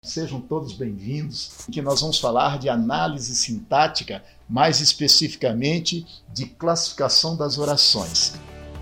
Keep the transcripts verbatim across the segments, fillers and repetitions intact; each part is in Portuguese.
Sejam todos bem-vindos, que nós vamos falar de análise sintática, mais especificamente de classificação das orações.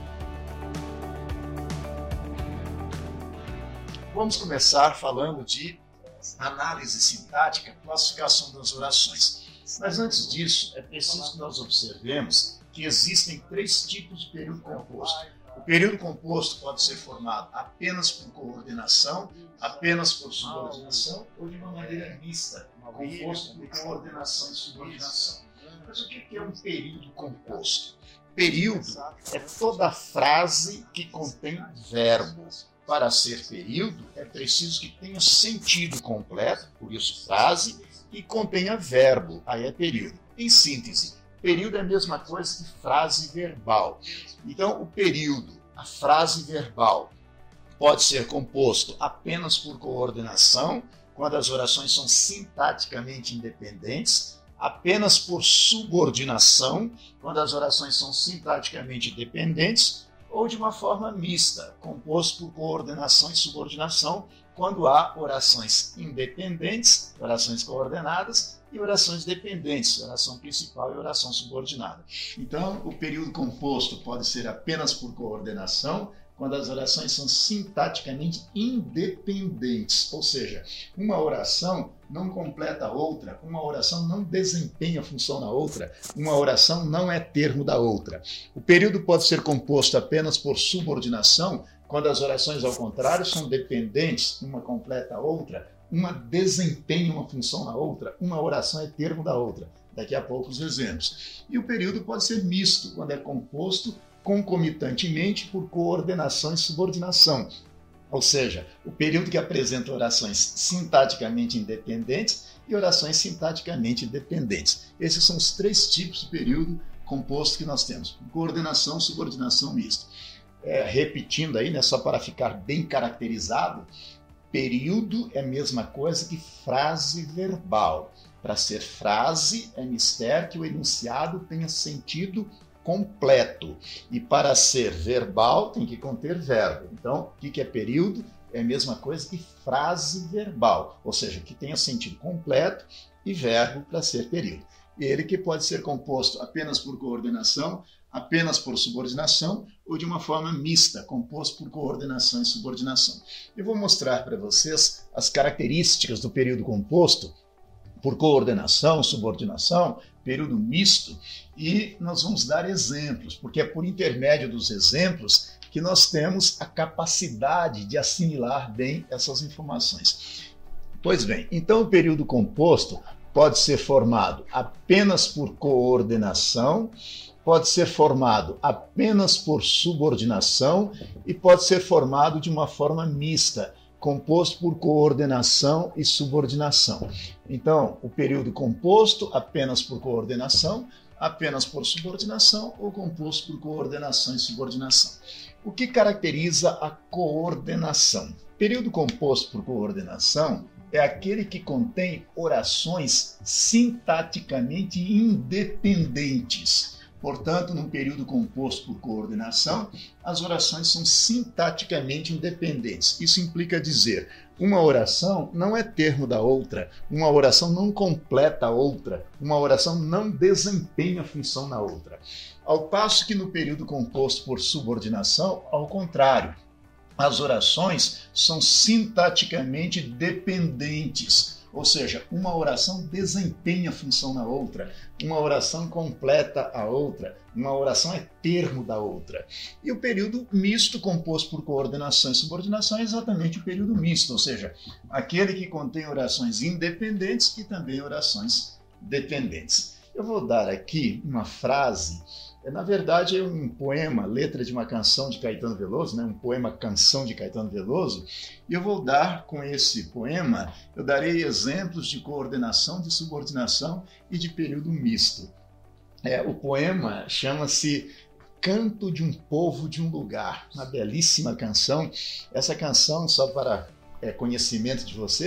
Vamos começar falando de análise sintática, classificação das orações. Mas antes disso, é preciso que nós observemos que existem três tipos de período composto. O período composto pode ser formado apenas por coordenação, apenas por subordinação ou de uma maneira mista, composto por coordenação e subordinação. Mas o que é um período composto? Período é toda frase que contém verbo. Para ser período, é preciso que tenha sentido completo, por isso frase, e contenha verbo, aí é período. Em síntese, período é a mesma coisa que frase verbal. Então, o período, a frase verbal, pode ser composto apenas por coordenação, quando as orações são sintaticamente independentes, apenas por subordinação, quando as orações são sintaticamente dependentes, ou de uma forma mista, composto por coordenação e subordinação, quando há orações independentes, orações coordenadas, e orações dependentes, oração principal e oração subordinada. Então, o período composto pode ser apenas por coordenação, quando as orações são sintaticamente independentes, ou seja, uma oração não completa a outra, uma oração não desempenha função na outra, uma oração não é termo da outra. O período pode ser composto apenas por subordinação, quando as orações, ao contrário, são dependentes, uma completa a outra, uma desempenha uma função na outra, uma oração é termo da outra. Daqui a pouco os exemplos. E o período pode ser misto, quando é composto concomitantemente por coordenação e subordinação. Ou seja, o período que apresenta orações sintaticamente independentes e orações sintaticamente dependentes. Esses são os três tipos de período composto que nós temos. Coordenação, subordinação, misto. É, repetindo aí, né, só para ficar bem caracterizado, período é a mesma coisa que frase verbal. Para ser frase, é mister que o enunciado tenha sentido completo. E para ser verbal, tem que conter verbo. Então, o que é período? É a mesma coisa que frase verbal, ou seja, que tenha sentido completo e verbo para ser período. Ele que pode ser composto apenas por coordenação, apenas por subordinação ou de uma forma mista, composto por coordenação e subordinação. Eu vou mostrar para vocês as características do período composto por coordenação, subordinação, período misto, e nós vamos dar exemplos, porque é por intermédio dos exemplos que nós temos a capacidade de assimilar bem essas informações. Pois bem, então o período composto pode ser formado apenas por coordenação, pode ser formado apenas por subordinação e pode ser formado de uma forma mista, composto por coordenação e subordinação. Então, o período composto apenas por coordenação, apenas por subordinação ou composto por coordenação e subordinação. O que caracteriza a coordenação? Período composto por coordenação é aquele que contém orações sintaticamente independentes. Portanto, num período composto por coordenação, as orações são sintaticamente independentes. Isso implica dizer, uma oração não é termo da outra, uma oração não completa a outra, uma oração não desempenha função na outra. Ao passo que no período composto por subordinação, ao contrário, as orações são sintaticamente dependentes. Ou seja, uma oração desempenha função na outra, uma oração completa a outra, uma oração é termo da outra. E o período misto, composto por coordenação e subordinação, é exatamente o período misto, ou seja, aquele que contém orações independentes e também orações dependentes. Eu vou dar aqui uma frase. Na verdade, é um poema, letra de uma canção de Caetano Veloso, né? Um poema canção de Caetano Veloso, e eu vou dar com esse poema, eu darei exemplos de coordenação, de subordinação e de período misto. É, o poema chama-se Canto de um Povo de um Lugar, uma belíssima canção. Essa canção, só para é, conhecimento de vocês,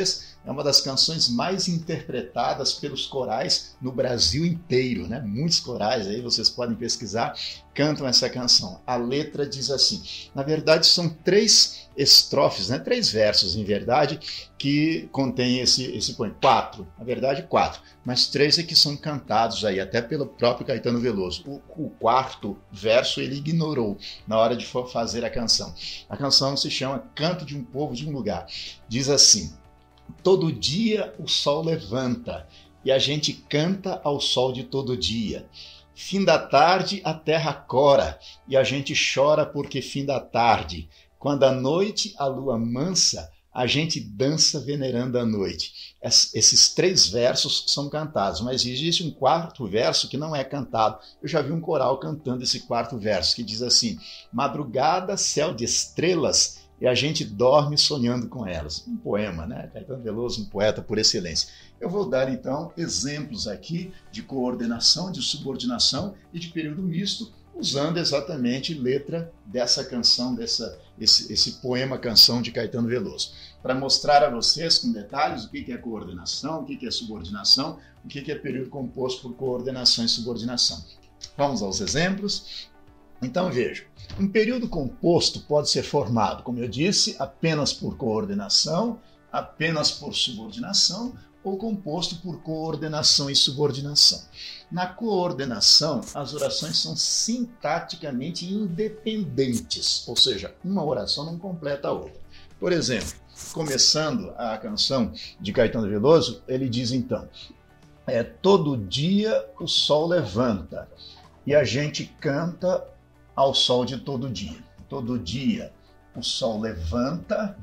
é uma das canções mais interpretadas pelos corais no Brasil inteiro, né? Muitos corais aí, vocês podem pesquisar, cantam essa canção. A letra diz assim, na verdade são três estrofes, né? Três versos, em verdade, que contém esse, esse poema. Quatro, na verdade quatro, mas três é que são cantados aí, até pelo próprio Caetano Veloso. O, o quarto verso ele ignorou na hora de fazer a canção. A canção se chama Canto de um Povo de um Lugar. Diz assim, todo dia o sol levanta e a gente canta ao sol de todo dia. Fim da tarde a terra cora e a gente chora porque fim da tarde. Quando à noite a lua mansa, a gente dança venerando a noite. Esses três versos são cantados, mas existe um quarto verso que não é cantado. Eu já vi um coral cantando esse quarto verso, que diz assim, madrugada, céu de estrelas, e a gente dorme sonhando com elas. Um poema, né? Caetano Veloso, um poeta por excelência. Eu vou dar, então, exemplos aqui de coordenação, de subordinação e de período misto, usando exatamente letra dessa canção, dessa, esse, esse poema-canção de Caetano Veloso, para mostrar a vocês com detalhes o que é coordenação, o que é subordinação, o que é período composto por coordenação e subordinação. Vamos aos exemplos. Então veja, um período composto pode ser formado, como eu disse, apenas por coordenação, apenas por subordinação, ou composto por coordenação e subordinação. Na coordenação, as orações são sintaticamente independentes, ou seja, uma oração não completa a outra. Por exemplo, começando a canção de Caetano Veloso, ele diz então, é, todo dia o sol levanta e a gente canta ao sol de todo dia. Todo dia o sol levanta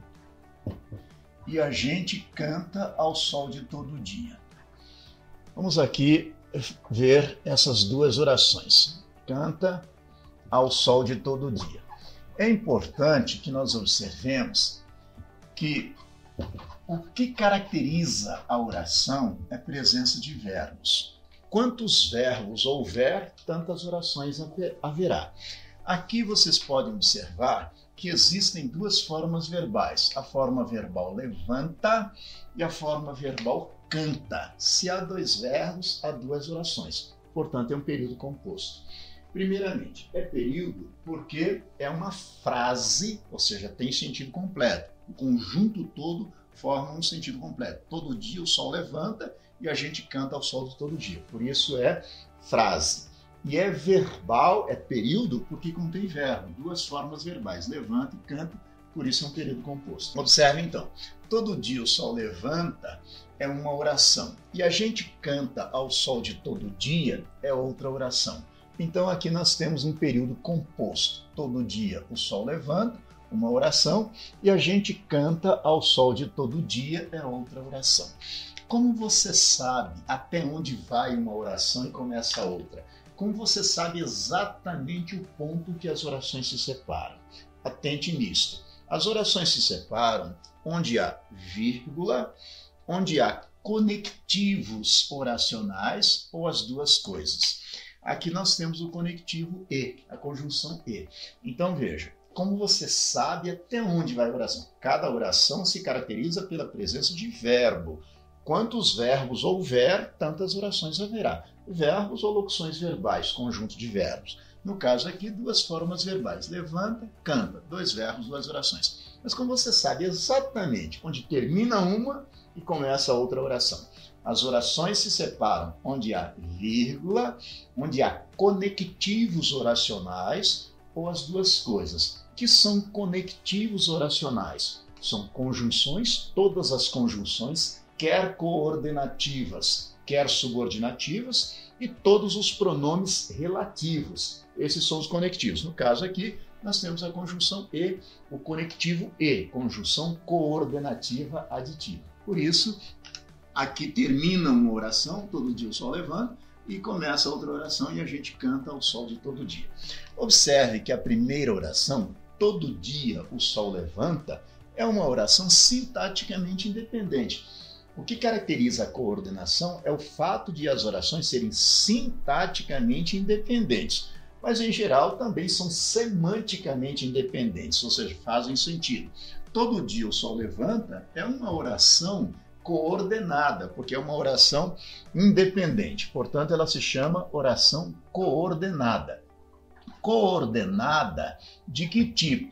e a gente canta ao sol de todo dia. Vamos aqui ver essas duas orações. Canta ao sol de todo dia. É importante que nós observemos que o que caracteriza a oração é a presença de verbos. Quantos verbos houver, tantas orações haverá. Aqui vocês podem observar que existem duas formas verbais, a forma verbal levanta e a forma verbal canta. Se há dois verbos, há duas orações. Portanto, é um período composto. Primeiramente, é período porque é uma frase, ou seja, tem sentido completo. O conjunto todo forma um sentido completo. Todo dia o sol levanta e a gente canta ao sol de todo dia. Por isso é frase. E é verbal, é período, porque contém verbo, duas formas verbais, levanta e canta, por isso é um período composto. Observe então, todo dia o sol levanta é uma oração, e a gente canta ao sol de todo dia é outra oração. Então aqui nós temos um período composto, todo dia o sol levanta, uma oração, e a gente canta ao sol de todo dia é outra oração. Como você sabe até onde vai uma oração e começa a outra? Como você sabe exatamente o ponto que as orações se separam? Atente nisto. As orações se separam onde há vírgula, onde há conectivos oracionais ou as duas coisas. Aqui nós temos o conectivo e, a conjunção e. Então veja, como você sabe até onde vai a oração? Cada oração se caracteriza pela presença de verbo. Quantos verbos houver, tantas orações haverá. Verbos ou locuções verbais, conjunto de verbos. No caso aqui, duas formas verbais. Levanta, canta. Dois verbos, duas orações. Mas como você sabe exatamente onde termina uma e começa a outra oração? As orações se separam onde há vírgula, onde há conectivos oracionais ou as duas coisas. O que são conectivos oracionais? São conjunções, todas as conjunções, quer coordenativas, quer subordinativas, e todos os pronomes relativos. Esses são os conectivos. No caso aqui, nós temos a conjunção e, o conectivo e, conjunção coordenativa aditiva. Por isso, aqui termina uma oração, todo dia o sol levanta, e começa outra oração e a gente canta ao sol de todo dia. Observe que a primeira oração, todo dia o sol levanta, é uma oração sintaticamente independente. O que caracteriza a coordenação é o fato de as orações serem sintaticamente independentes, mas em geral também são semanticamente independentes, ou seja, fazem sentido. Todo dia o sol levanta é uma oração coordenada, porque é uma oração independente. Portanto, ela se chama oração coordenada. Coordenada de que tipo?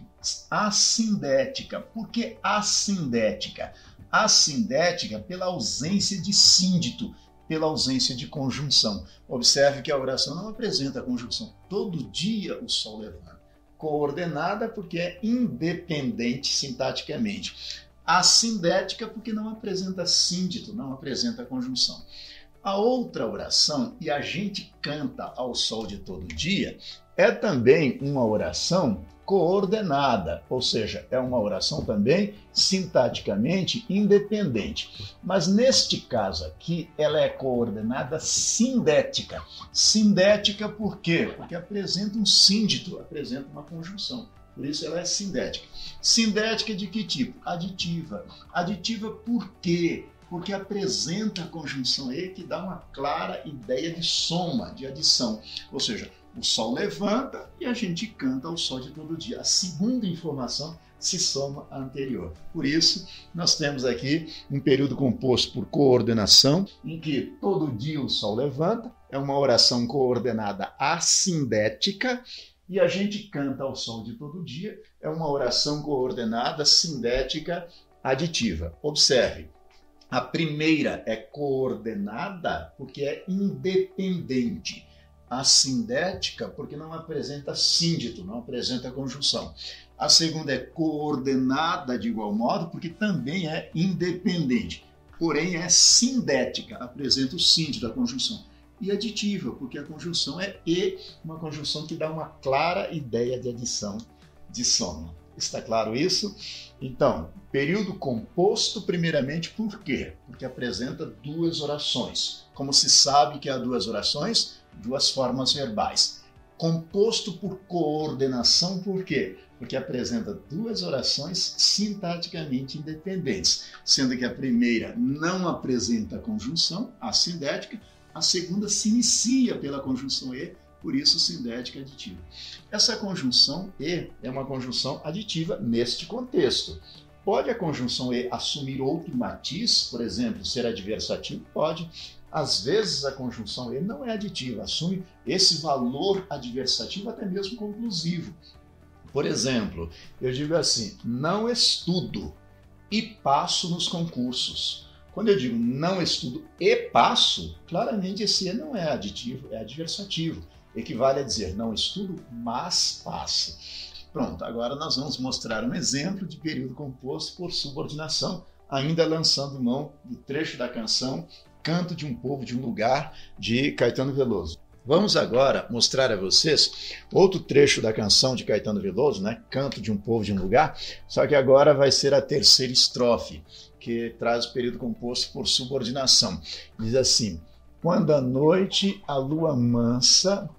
Assindética. Por que assindética? Assindética pela ausência de síndito, pela ausência de conjunção. Observe que a oração não apresenta conjunção. Todo dia o sol levanta. Coordenada porque é independente sintaticamente. Assindética porque não apresenta síndito, não apresenta conjunção. A outra oração, e a gente canta ao sol de todo dia, é também uma oração coordenada, ou seja, é uma oração também sintaticamente independente. Mas neste caso aqui, ela é coordenada sindética. Sindética por quê? Porque apresenta um síndito, apresenta uma conjunção. Por isso ela é sindética. Sindética de que tipo? Aditiva. Aditiva por quê? Porque apresenta a conjunção E que dá uma clara ideia de soma, de adição. Ou seja, o sol levanta e a gente canta ao sol de todo dia. A segunda informação se soma à anterior. Por isso, nós temos aqui um período composto por coordenação, em que todo dia o sol levanta, é uma oração coordenada assindética, e a gente canta ao sol de todo dia, é uma oração coordenada sindética aditiva. Observe, a primeira é coordenada porque é independente. A sindética, porque não apresenta síndito, não apresenta conjunção. A segunda é coordenada de igual modo, porque também é independente, porém é sindética, apresenta o síndito da conjunção. E aditiva, porque a conjunção é E, uma conjunção que dá uma clara ideia de adição, de soma. Está claro isso? Então, período composto, primeiramente, por quê? Porque apresenta duas orações. Como se sabe que há duas orações? Duas formas verbais. Composto por coordenação, por quê? Porque apresenta duas orações sintaticamente independentes, sendo que a primeira não apresenta conjunção, assindética, a segunda se inicia pela conjunção E, por isso sindética aditiva. Essa conjunção E é uma conjunção aditiva neste contexto. Pode a conjunção E assumir outro matiz, por exemplo, ser adversativo? Pode. Às vezes a conjunção E não é aditiva, assume esse valor adversativo até mesmo conclusivo. Por exemplo, eu digo assim, não estudo e passo nos concursos. Quando eu digo não estudo e passo, claramente esse E não é aditivo, é adversativo. Equivale a dizer não estudo, mas passo. Pronto, agora nós vamos mostrar um exemplo de período composto por subordinação, ainda lançando mão do trecho da canção Canto de um Povo de um Lugar, de Caetano Veloso. Vamos agora mostrar a vocês outro trecho da canção de Caetano Veloso, né? Canto de um Povo de um Lugar, só que agora vai ser a terceira estrofe, que traz o período composto por subordinação. Diz assim, quando a noite a lua mansa,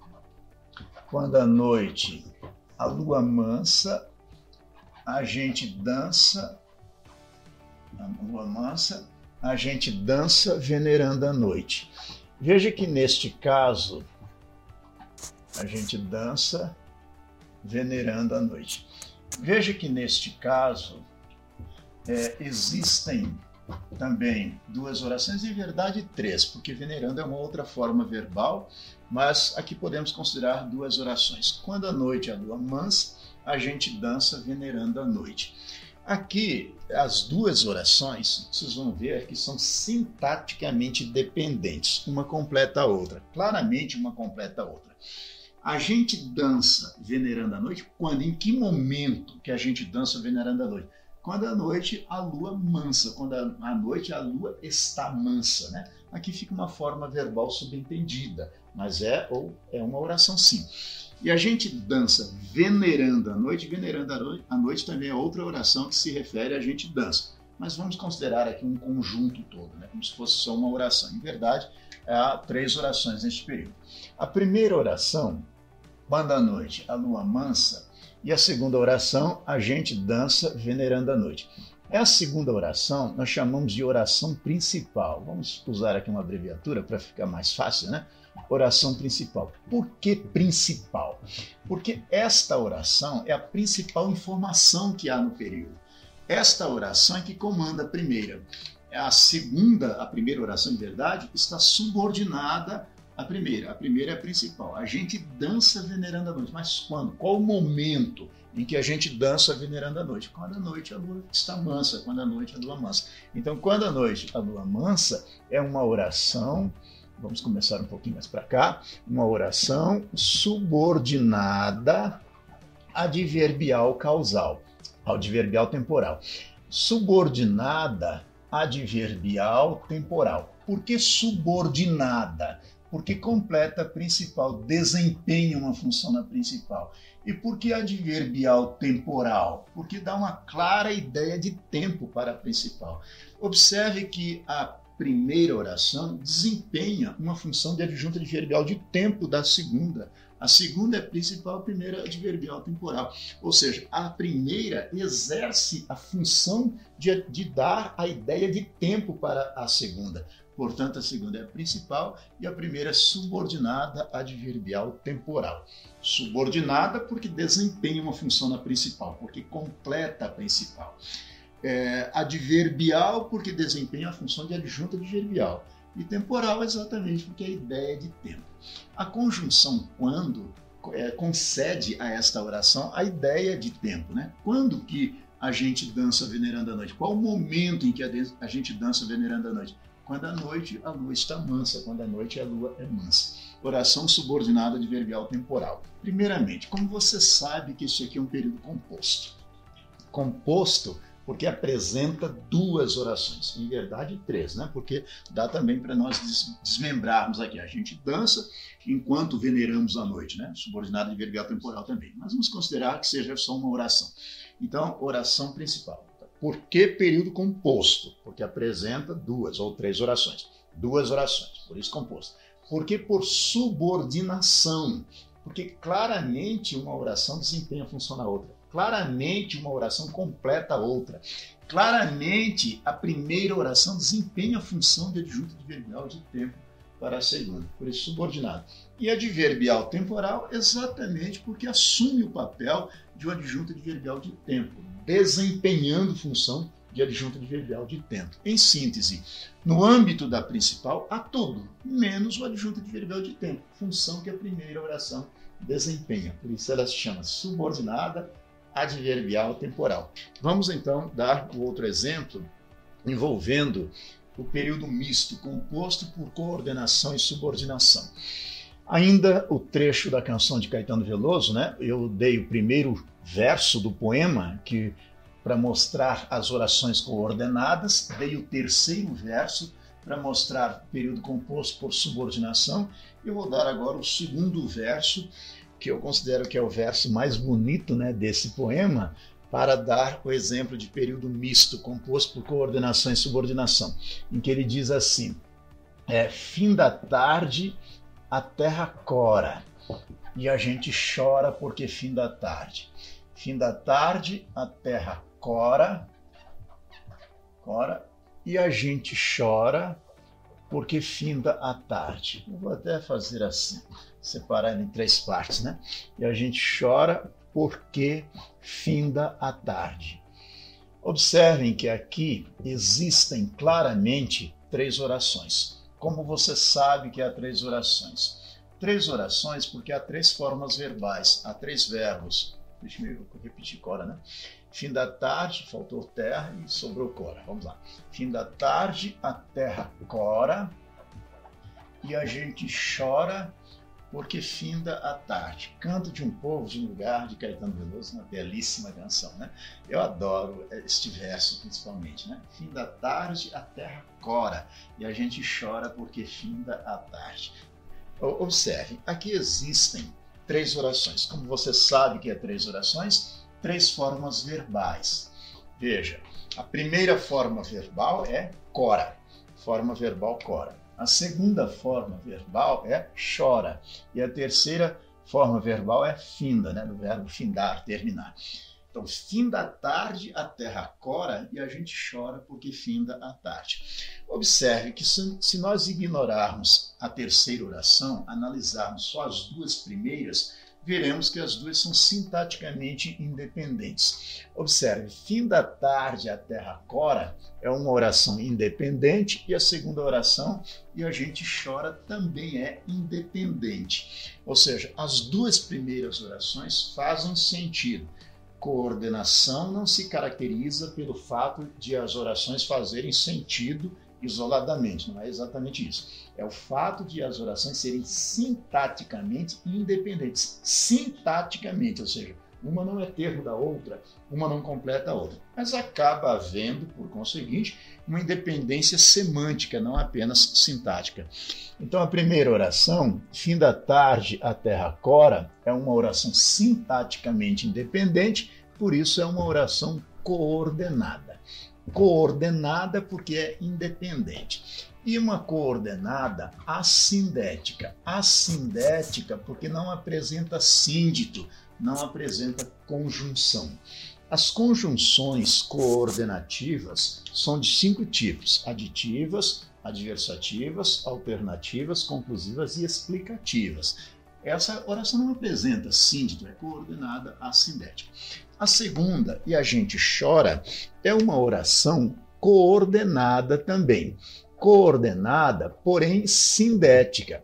quando a noite a lua mansa, a gente dança, a lua mansa, a gente dança venerando a noite. Veja que neste caso, a gente dança venerando a noite. Veja que neste caso, é, existem também duas orações, em verdade três, porque venerando é uma outra forma verbal, mas aqui podemos considerar duas orações. Quando a noite a lua mansa, a gente dança venerando a noite. Aqui, as duas orações, vocês vão ver que são sintaticamente dependentes, uma completa a outra, claramente uma completa a outra. A gente dança venerando a noite quando? Em que momento que a gente dança venerando a noite? Quando a noite a lua mansa, quando a noite a lua está mansa, né? Aqui fica uma forma verbal subentendida, mas é, ou é uma oração sim. E a gente dança venerando a noite, venerando a noite, a noite também é outra oração que se refere a gente dança. Mas vamos considerar aqui um conjunto todo, né? Como se fosse só uma oração. Em verdade, há três orações neste período. A primeira oração, quando a noite a lua mansa, e a segunda oração, a gente dança venerando a noite. A segunda oração nós chamamos de oração principal. Vamos usar aqui uma abreviatura para ficar mais fácil, né? Oração principal. Por que principal? Porque esta oração é a principal informação que há no período. Esta oração é que comanda a primeira. a segunda, a primeira oração, em verdade, está subordinada à primeira. A primeira é a principal. A gente dança venerando a noite. Mas quando? Qual o momento em que a gente dança venerando a noite? Quando a noite a lua está mansa, quando a noite a lua mansa. Então, quando a noite a lua mansa, é uma oração, vamos começar um pouquinho mais para cá, uma oração subordinada adverbial causal, adverbial temporal. Subordinada adverbial temporal. Por que subordinada? Porque completa a principal, desempenha uma função na principal. E por que adverbial temporal? Porque dá uma clara ideia de tempo para a principal. Observe que a primeira oração desempenha uma função de adjunto adverbial de tempo da segunda. A segunda é principal, a primeira é adverbial temporal. Ou seja, a primeira exerce a função de, de dar a ideia de tempo para a segunda. Portanto, a segunda é a principal e a primeira é subordinada adverbial temporal. Subordinada porque desempenha uma função na principal, porque completa a principal. É, adverbial porque desempenha a função de adjunto adverbial. E temporal exatamente porque é a ideia de tempo. A conjunção quando é, concede a esta oração a ideia de tempo, né? Quando que a gente dança venerando a noite? Qual o momento em que a, a gente dança venerando a noite? Quando a noite a lua está mansa, quando a noite a lua é mansa. Oração subordinada adverbial temporal. Primeiramente, como você sabe que isso aqui é um período composto? Composto porque apresenta duas orações, em verdade três, né? Porque dá também para nós desmembrarmos aqui. A gente dança enquanto veneramos a noite, né? Subordinada adverbial temporal também. Mas vamos considerar que seja só uma oração. Então, oração principal. Por que período composto? Porque apresenta duas ou três orações. Duas orações, por isso composto. Por que por subordinação? Porque claramente uma oração desempenha a função na outra. Claramente uma oração completa a outra. Claramente a primeira oração desempenha a função de adjunto adverbial de tempo para a segunda, por isso subordinado. E adverbial temporal exatamente porque assume o papel de um adjunto adverbial de tempo, desempenhando função de adjunto adverbial de tempo. Em síntese, no âmbito da principal há tudo, menos o adjunto adverbial de tempo, função que a primeira oração desempenha. Por isso ela se chama subordinada adverbial temporal. Vamos então dar o outro exemplo envolvendo o período misto composto por coordenação e subordinação. Ainda o trecho da canção de Caetano Veloso, né? Eu dei o primeiro verso do poema que para mostrar as orações coordenadas, dei o terceiro verso para mostrar o período composto por subordinação. Eu vou dar agora o segundo verso, que eu considero que é o verso mais bonito, né, desse poema, para dar o exemplo de período misto, composto por coordenação e subordinação, em que ele diz assim, é, fim da tarde, a terra cora, e a gente chora porque fim da tarde. Fim da tarde, a terra cora, cora, e a gente chora porque finda a tarde. Eu vou até fazer assim, separar em três partes, né? E a gente chora porque finda a tarde. Observem que aqui existem claramente três orações. Como você sabe que há três orações? Três orações porque há três formas verbais, há três verbos. Deixa eu repetir cora, né? Fim da tarde, faltou terra e sobrou cora. Vamos lá. Fim da tarde, a terra cora e a gente chora porque finda a tarde. Canto de um povo de um lugar, de Caetano Veloso, uma belíssima canção, né? Eu adoro este verso, principalmente, né? Fim da tarde, a terra cora e a gente chora porque finda a tarde. Observe, aqui existem três orações. Como você sabe que é três orações, três formas verbais. Veja, a primeira forma verbal é cora, forma verbal cora. A segunda forma verbal é chora. E a terceira forma verbal é finda, né? Do verbo findar, terminar. Então, fim da tarde, a terra cora e a gente chora porque finda a tarde. Observe que se nós ignorarmos a terceira oração, analisarmos só as duas primeiras, veremos que as duas são sintaticamente independentes. Observe, fim da tarde a terra cora é uma oração independente e a segunda oração, e a gente chora, também é independente. Ou seja, as duas primeiras orações fazem sentido. Coordenação não se caracteriza pelo fato de as orações fazerem sentido isoladamente, não é exatamente isso. É o fato de as orações serem sintaticamente independentes. Sintaticamente, ou seja, uma não é termo da outra, uma não completa a outra. Mas acaba havendo, por conseguinte, uma independência semântica, não apenas sintática. Então, a primeira oração, fim da tarde a terra cora, é uma oração sintaticamente independente, por isso é uma oração coordenada. Coordenada porque é independente. E uma coordenada assindética. Assindética porque não apresenta síndito, não apresenta conjunção. As conjunções coordenativas são de cinco tipos: aditivas, adversativas, alternativas, conclusivas e explicativas. Essa oração não apresenta síndito, é coordenada assindética. A segunda, e a gente chora, é uma oração coordenada também. Coordenada, porém sindética.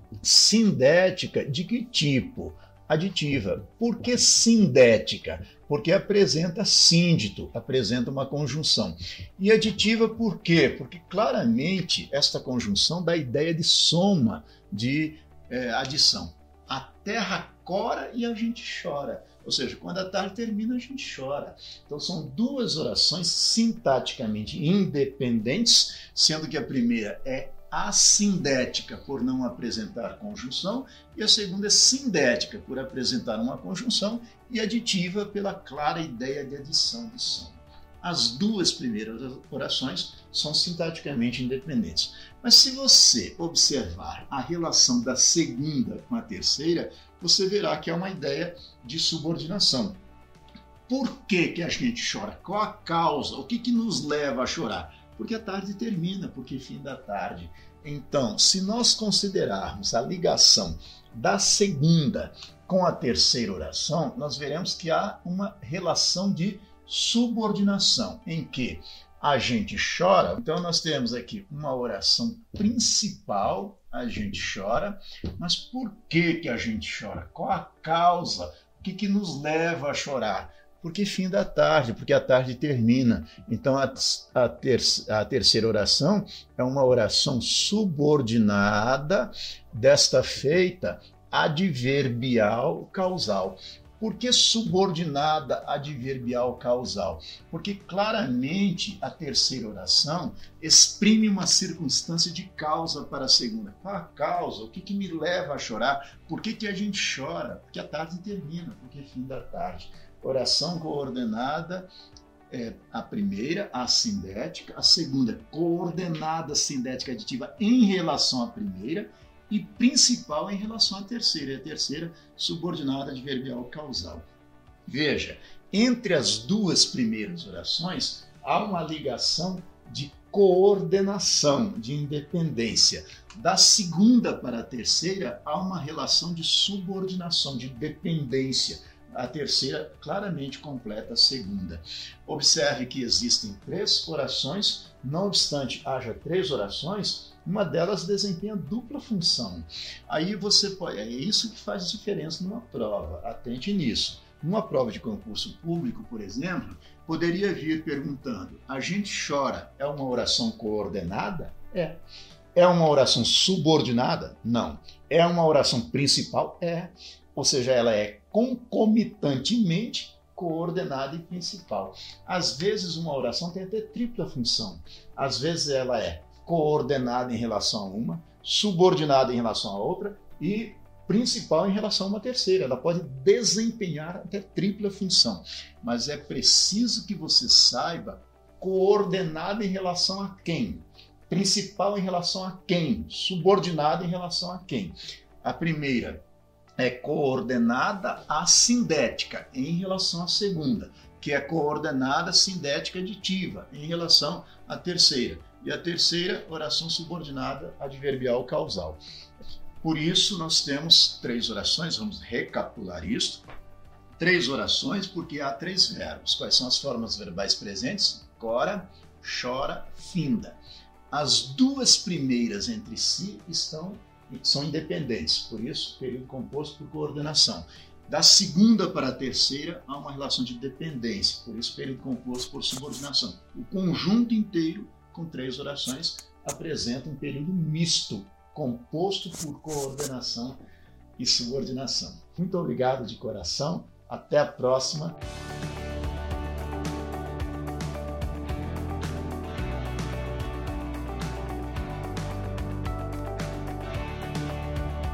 Sindética de que tipo? Aditiva. Por que sindética? Porque apresenta síndito, apresenta uma conjunção. E aditiva por quê? Porque claramente esta conjunção dá a ideia de soma, de é, adição. A terra cora e a gente chora. Ou seja, quando a tarde termina, a gente chora. Então, são duas orações sintaticamente independentes, sendo que a primeira é assindética, por não apresentar conjunção, e a segunda é sindética, por apresentar uma conjunção, e aditiva pela clara ideia de adição de som. As duas primeiras orações são sintaticamente independentes. Mas se você observar a relação da segunda com a terceira, você verá que é uma ideia de subordinação. Por que que a gente chora? Qual a causa? O que que nos leva a chorar? Porque a tarde termina, porque fim da tarde. Então, se nós considerarmos a ligação da segunda com a terceira oração, nós veremos que há uma relação de subordinação, em que a gente chora. Então, nós temos aqui uma oração principal, a gente chora, mas por que que a gente chora? Qual a causa? O que que nos leva a chorar? Porque fim da tarde, porque a tarde termina. Então, a, a, ter, a terceira oração é uma oração subordinada, desta feita adverbial causal. Por que subordinada adverbial causal? Porque claramente a terceira oração exprime uma circunstância de causa para a segunda. Qual a causa? O que, que me leva a chorar? Por que, que a gente chora? Porque a tarde termina, porque é fim da tarde. Oração coordenada, é, a primeira, a sindética, a segunda, coordenada sindética aditiva em relação à primeira, e principal em relação à terceira, e a terceira subordinada adverbial causal. Veja, entre as duas primeiras orações há uma ligação de coordenação, de independência. Da segunda para a terceira há uma relação de subordinação, de dependência. A terceira claramente completa a segunda. Observe que existem três orações, não obstante haja três orações, uma delas desempenha dupla função. Aí você pode, é isso que faz diferença numa prova, atente nisso. Numa prova de concurso público, por exemplo, poderia vir perguntando: a gente chora é uma oração coordenada? É. É uma oração subordinada? Não. É uma oração principal? É. Ou seja, ela é concomitantemente coordenada e principal. Às vezes uma oração tem até tripla função. Às vezes ela é coordenada em relação a uma, subordinada em relação a outra e principal em relação a uma terceira. Ela pode desempenhar até tripla função. Mas é preciso que você saiba coordenada em relação a quem, principal em relação a quem, subordinada em relação a quem. A primeira é coordenada assindética em relação à segunda, que é coordenada sindética aditiva em relação à terceira. E a terceira, oração subordinada adverbial causal. Por isso, nós temos três orações, vamos recapitular isso. Três orações, porque há três verbos. Quais são as formas verbais presentes? Cora, chora, finda. As duas primeiras entre si estão, são independentes, por isso, período composto por coordenação. Da segunda para a terceira, há uma relação de dependência, por isso, período composto por subordinação. O conjunto inteiro, com três orações, apresenta um período misto, composto por coordenação e subordinação. Muito obrigado de coração, até a próxima.